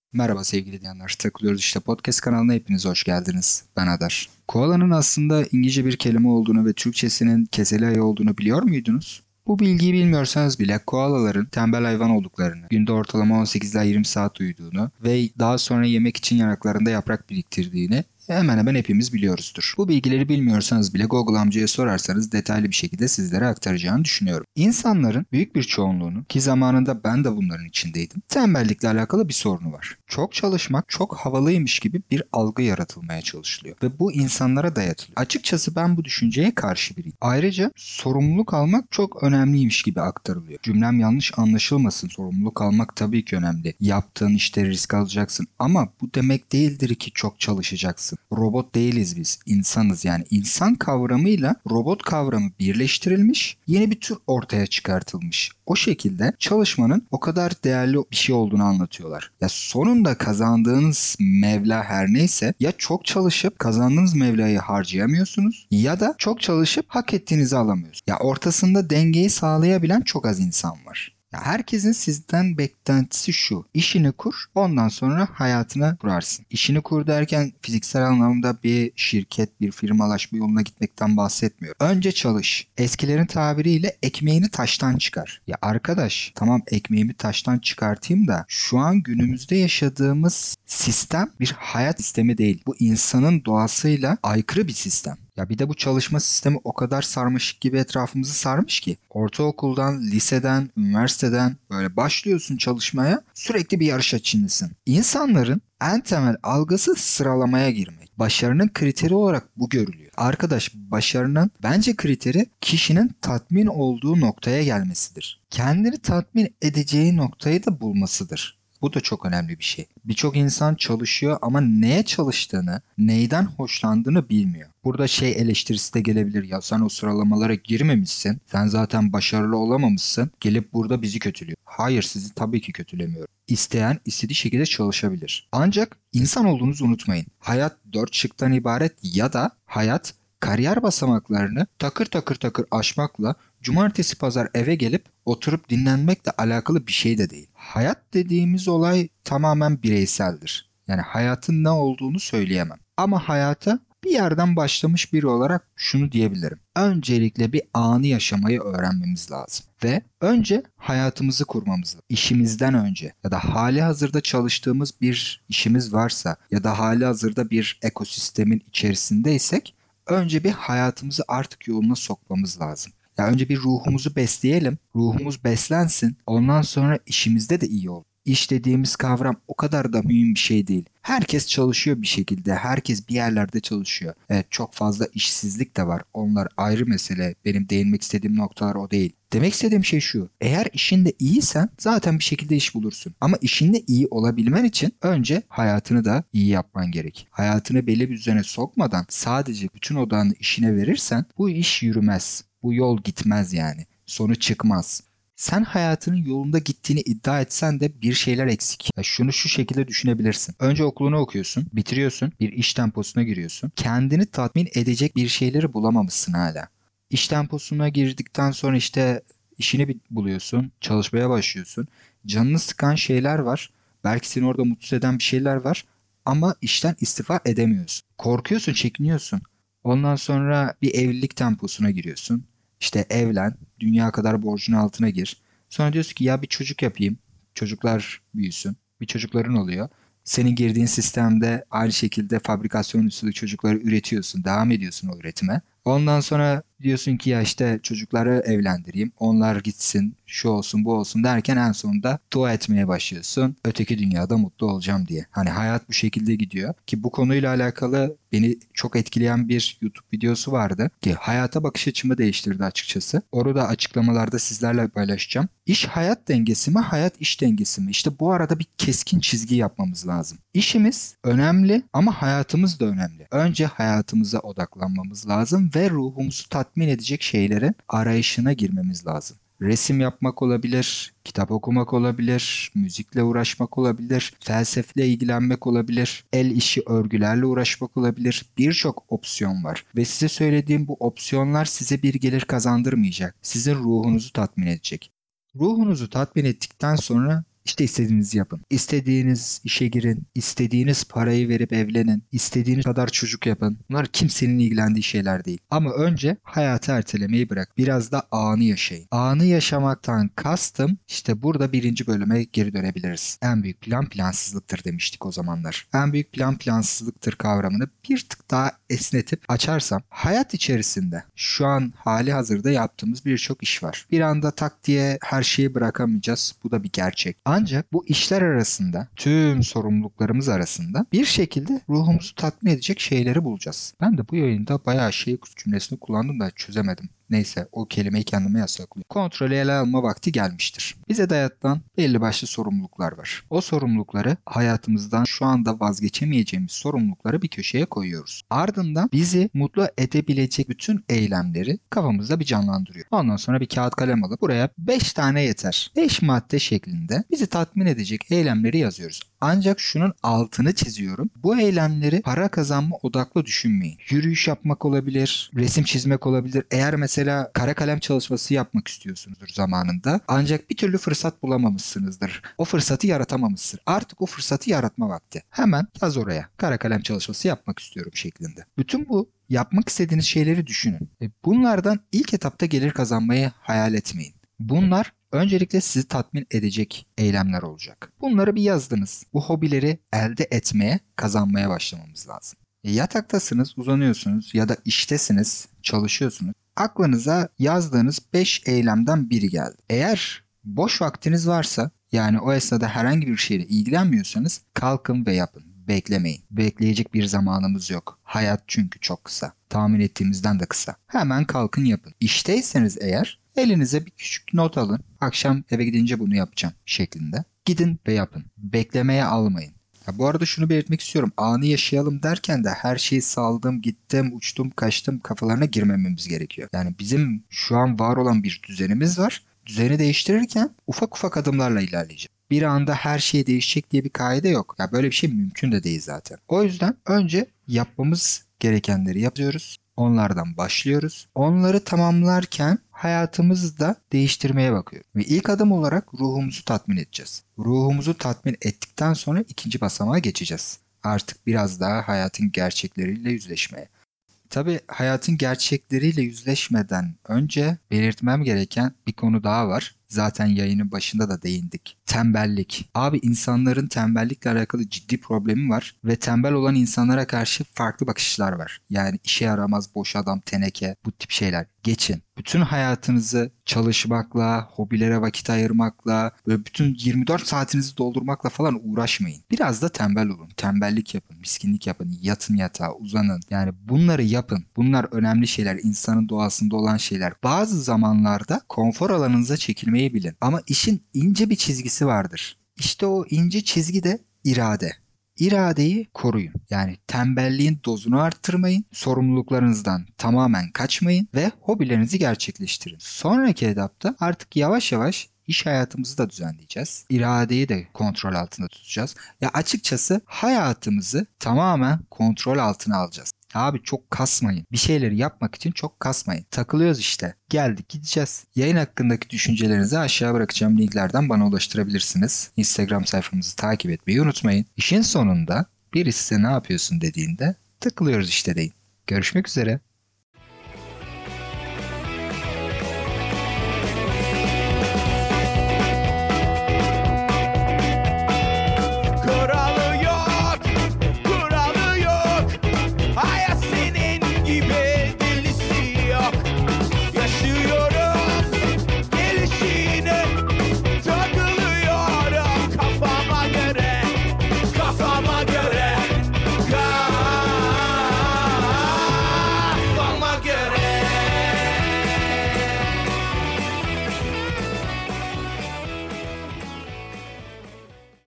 Merhaba sevgili dinleyenler. Takılıyoruz işte podcast kanalına hepiniz hoş geldiniz. Ben Adar. Koala'nın aslında İngilizce bir kelime olduğunu ve Türkçesinin keseli ayı olduğunu biliyor muydunuz? Bu bilgiyi bilmiyorsanız bile koalaların tembel hayvan olduklarını, günde ortalama 18 ila 20 saat uyuduğunu ve daha sonra yemek için yanaklarında yaprak biriktirdiğini hemen hemen hepimiz biliyoruzdur. Bu bilgileri bilmiyorsanız bile Google amcaya sorarsanız detaylı bir şekilde sizlere aktaracağını düşünüyorum. İnsanların büyük bir çoğunluğunun ki zamanında ben de bunların içindeydim. Tembellikle alakalı bir sorunu var. Çok çalışmak çok havalıymış gibi bir algı yaratılmaya çalışılıyor ve bu insanlara dayatılıyor. Açıkçası ben bu düşünceye karşı biriyim. Ayrıca sorumluluk almak çok önemliymiş gibi aktarılıyor. Cümlem yanlış anlaşılmasın. Sorumluluk almak tabii ki önemli. Yaptığın işte risk alacaksın ama bu demek değildir ki çok çalışacaksın. Robot değiliz biz, insanız yani insan kavramıyla robot kavramı birleştirilmiş, yeni bir tür ortaya çıkartılmış. O şekilde çalışmanın o kadar değerli bir şey olduğunu anlatıyorlar. Ya sonunda kazandığınız meblağ her neyse ya çok çalışıp kazandığınız mevlayı harcayamıyorsunuz ya da çok çalışıp hak ettiğinizi alamıyorsunuz. Ya ortasında dengeyi sağlayabilen çok az insan var. Ya herkesin sizden beklentisi şu. İşini kur, ondan sonra hayatını kurarsın. İşini kur derken fiziksel anlamda bir şirket, bir firmalaşma yoluna gitmekten bahsetmiyorum. Önce çalış. Eskilerin tabiriyle ekmeğini taştan çıkar. Ya arkadaş, tamam ekmeğimi taştan çıkartayım da şu an günümüzde yaşadığımız sistem bir hayat sistemi değil. Bu insanın doğasıyla aykırı bir sistem. Ya bir de bu çalışma sistemi o kadar sarmaşık gibi etrafımızı sarmış ki ortaokuldan, liseden, üniversiteden böyle başlıyorsun çalışmaya sürekli bir yarış içindesin. İnsanların en temel algısı sıralamaya girmek. Başarının kriteri olarak bu görülüyor. Arkadaş başarının bence kriteri kişinin tatmin olduğu noktaya gelmesidir. Kendini tatmin edeceği noktayı da bulmasıdır. Bu da çok önemli bir şey. Birçok insan çalışıyor ama neye çalıştığını, neyden hoşlandığını bilmiyor. Burada şey eleştirisi de gelebilir. Ya sen o sıralamalara girmemişsin. Sen zaten başarılı olamamışsın. Gelip burada bizi kötülüyor. Hayır sizi tabii ki kötülemiyorum. İsteyen istediği şekilde çalışabilir. Ancak insan olduğunuzu unutmayın. Hayat dört şıktan ibaret ya da hayat kariyer basamaklarını takır takır takır aşmakla cumartesi pazar eve gelip oturup dinlenmekle alakalı bir şey de değil. Hayat dediğimiz olay tamamen bireyseldir. Yani hayatın ne olduğunu söyleyemem. Ama hayata bir yerden başlamış biri olarak şunu diyebilirim. Öncelikle bir anı yaşamayı öğrenmemiz lazım. Ve önce hayatımızı kurmamız lazım. İşimizden önce ya da hali hazırda çalıştığımız bir işimiz varsa ya da hali hazırda bir ekosistemin içerisindeysek önce bir hayatımızı artık yoluna sokmamız lazım. Ya önce bir ruhumuzu besleyelim. Ruhumuz beslensin. Ondan sonra işimizde de iyi ol. İş dediğimiz kavram o kadar da mühim bir şey değil. Herkes çalışıyor bir şekilde. Herkes bir yerlerde çalışıyor. Evet çok fazla işsizlik de var. Onlar ayrı mesele. Benim değinmek istediğim noktalar o değil. Demek istediğim şey şu. Eğer işinde iyiysen zaten bir şekilde iş bulursun. Ama işinde iyi olabilmen için önce hayatını da iyi yapman gerek. Hayatını belli bir düzene sokmadan sadece bütün odağını işine verirsen bu iş yürümez. Bu yol gitmez yani. Sonu çıkmaz. Sen hayatının yolunda gittiğini iddia etsen de bir şeyler eksik. Ya şunu şu şekilde düşünebilirsin. Önce okulunu okuyorsun, bitiriyorsun, bir iş temposuna giriyorsun. Kendini tatmin edecek bir şeyleri bulamamışsın hala. İş temposuna girdikten sonra işte işini buluyorsun, çalışmaya başlıyorsun. Canını sıkan şeyler var. Belki seni orada mutsuz eden bir şeyler var. Ama işten istifa edemiyorsun. Korkuyorsun, çekiniyorsun. Ondan sonra bir evlilik temposuna giriyorsun. İşte evlen, dünya kadar borcun altına gir. Sonra diyorsun ki ya bir çocuk yapayım. Çocuklar büyüsün. Bir çocukların oluyor. Senin girdiğin sistemde aynı şekilde fabrikasyon usulü çocukları üretiyorsun. Devam ediyorsun o üretime. Ondan sonra diyorsun ki ya işte çocukları evlendireyim. Onlar gitsin, şu olsun, bu olsun derken en sonunda dua etmeye başlıyorsun. Öteki dünyada mutlu olacağım diye. Hani hayat bu şekilde gidiyor. Ki bu konuyla alakalı beni çok etkileyen bir YouTube videosu vardı. Ki hayata bakış açımı değiştirdi açıkçası. Orada açıklamalarda sizlerle paylaşacağım. İş hayat dengesi mi, hayat iş dengesi mi? İşte bu arada bir keskin çizgi yapmamız lazım. İşimiz önemli ama hayatımız da önemli. Önce hayatımıza odaklanmamız lazım ve ruhumuzu tatmin edecek şeylerin arayışına girmemiz lazım. Resim yapmak olabilir, kitap okumak olabilir, müzikle uğraşmak olabilir, felsefeyle ilgilenmek olabilir, el işi örgülerle uğraşmak olabilir. Birçok opsiyon var ve size söylediğim bu opsiyonlar size bir gelir kazandırmayacak. Sizin ruhunuzu tatmin edecek. Ruhunuzu tatmin ettikten sonra İşte istediğinizi yapın. İstediğiniz işe girin. İstediğiniz parayı verip evlenin. İstediğiniz kadar çocuk yapın. Bunlar kimsenin ilgilendiği şeyler değil. Ama önce hayatı ertelemeyi bırak. Biraz da anı yaşayın. Anı yaşamaktan kastım işte burada birinci bölüme geri dönebiliriz. En büyük plan plansızlıktır demiştik o zamanlar. En büyük plan plansızlıktır kavramını bir tık daha esnetip açarsam hayat içerisinde şu an hali hazırda yaptığımız birçok iş var. Bir anda tak diye her şeyi bırakamayacağız. Bu da bir gerçek. Ancak bu işler arasında, tüm sorumluluklarımız arasında bir şekilde ruhumuzu tatmin edecek şeyleri bulacağız. Ben de bu yayında bayağı cümlesini kullandım da çözemedim. Neyse o kelimeyi kendime yasaklıyorum. Kontrolü ele alma vakti gelmiştir. Bize dayatılan belli başlı sorumluluklar var. O sorumlulukları hayatımızdan şu anda vazgeçemeyeceğimiz sorumlulukları bir köşeye koyuyoruz. Ardından bizi mutlu edebilecek bütün eylemleri kafamızda bir canlandırıyor. Ondan sonra bir kağıt kalem alıp buraya 5 tane yeter. 5 madde şeklinde bizi tatmin edecek eylemleri yazıyoruz. Ancak şunun altını çiziyorum. Bu eylemleri para kazanma odaklı düşünmeyin. Yürüyüş yapmak olabilir, resim çizmek olabilir. Eğer mesela kara kalem çalışması yapmak istiyorsunuzdur zamanında. Ancak bir türlü fırsat bulamamışsınızdır. O fırsatı yaratamamışsınız. Artık o fırsatı yaratma vakti. Hemen yaz oraya. Kara kalem çalışması yapmak istiyorum şeklinde. Bütün bu yapmak istediğiniz şeyleri düşünün. Bunlardan ilk etapta gelir kazanmayı hayal etmeyin. Bunlar öncelikle sizi tatmin edecek eylemler olacak. Bunları bir yazdınız. Bu hobileri elde etmeye, kazanmaya başlamamız lazım. Yataktasınız, uzanıyorsunuz ya da iştesiniz, çalışıyorsunuz. Aklınıza yazdığınız 5 eylemden biri geldi. Eğer boş vaktiniz varsa, yani o esnada herhangi bir şeyle ilgilenmiyorsanız kalkın ve yapın. Beklemeyin. Bekleyecek bir zamanımız yok. Hayat çünkü çok kısa. Tahmin ettiğimizden de kısa. Hemen kalkın yapın. İşteyseniz eğer elinize bir küçük not alın. Akşam eve gidince bunu yapacağım şeklinde. Gidin ve yapın. Beklemeye almayın. Bu arada şunu belirtmek istiyorum. Anı yaşayalım derken de her şeyi saldım, gittim, uçtum, kaçtım kafalarına girmememiz gerekiyor. Yani bizim şu an var olan bir düzenimiz var. Düzeni değiştirirken ufak ufak adımlarla ilerleyeceğiz. Bir anda her şey değişecek diye bir kaide yok. Ya böyle bir şey mümkün de değil zaten. O yüzden önce yapmamız gerekenleri yapıyoruz. Onlardan başlıyoruz. Onları tamamlarken hayatımızı da değiştirmeye bakıyoruz. Ve ilk adım olarak ruhumuzu tatmin edeceğiz. Ruhumuzu tatmin ettikten sonra ikinci basamağa geçeceğiz. Artık biraz daha hayatın gerçekleriyle yüzleşmeye. Tabii hayatın gerçekleriyle yüzleşmeden önce belirtmem gereken bir konu daha var. Zaten yayının başında da değindik. Tembellik. Abi insanların tembellikle alakalı ciddi problemi var ve tembel olan insanlara karşı farklı bakışlar var. Yani işe yaramaz, boş adam, teneke, bu tip şeyler. Geçin. Bütün hayatınızı çalışmakla, hobilere vakit ayırmakla, böyle bütün 24 saatinizi doldurmakla falan uğraşmayın. Biraz da tembel olun. Tembellik yapın, miskinlik yapın, yatın yatağa, uzanın. Yani bunları yapın. Bunlar önemli şeyler, insanın doğasında olan şeyler. Bazı zamanlarda konfor alanınıza çekilmeyi bilin. Ama işin ince bir çizgisi vardır. İşte o ince çizgi de irade. İradeyi koruyun. Yani tembelliğin dozunu arttırmayın, sorumluluklarınızdan tamamen kaçmayın ve hobilerinizi gerçekleştirin. Sonraki etapta artık yavaş yavaş iş hayatımızı da düzenleyeceğiz. İradeyi de kontrol altında tutacağız. Ya açıkçası hayatımızı tamamen kontrol altına alacağız. Abi çok kasmayın. Bir şeyleri yapmak için çok kasmayın. Takılıyoruz işte. Geldik gideceğiz. Yayın hakkındaki düşüncelerinizi aşağı bırakacağım linklerden bana ulaştırabilirsiniz. Instagram sayfamızı takip etmeyi unutmayın. İşin sonunda birisi size ne yapıyorsun dediğinde takılıyoruz işte deyin. Görüşmek üzere.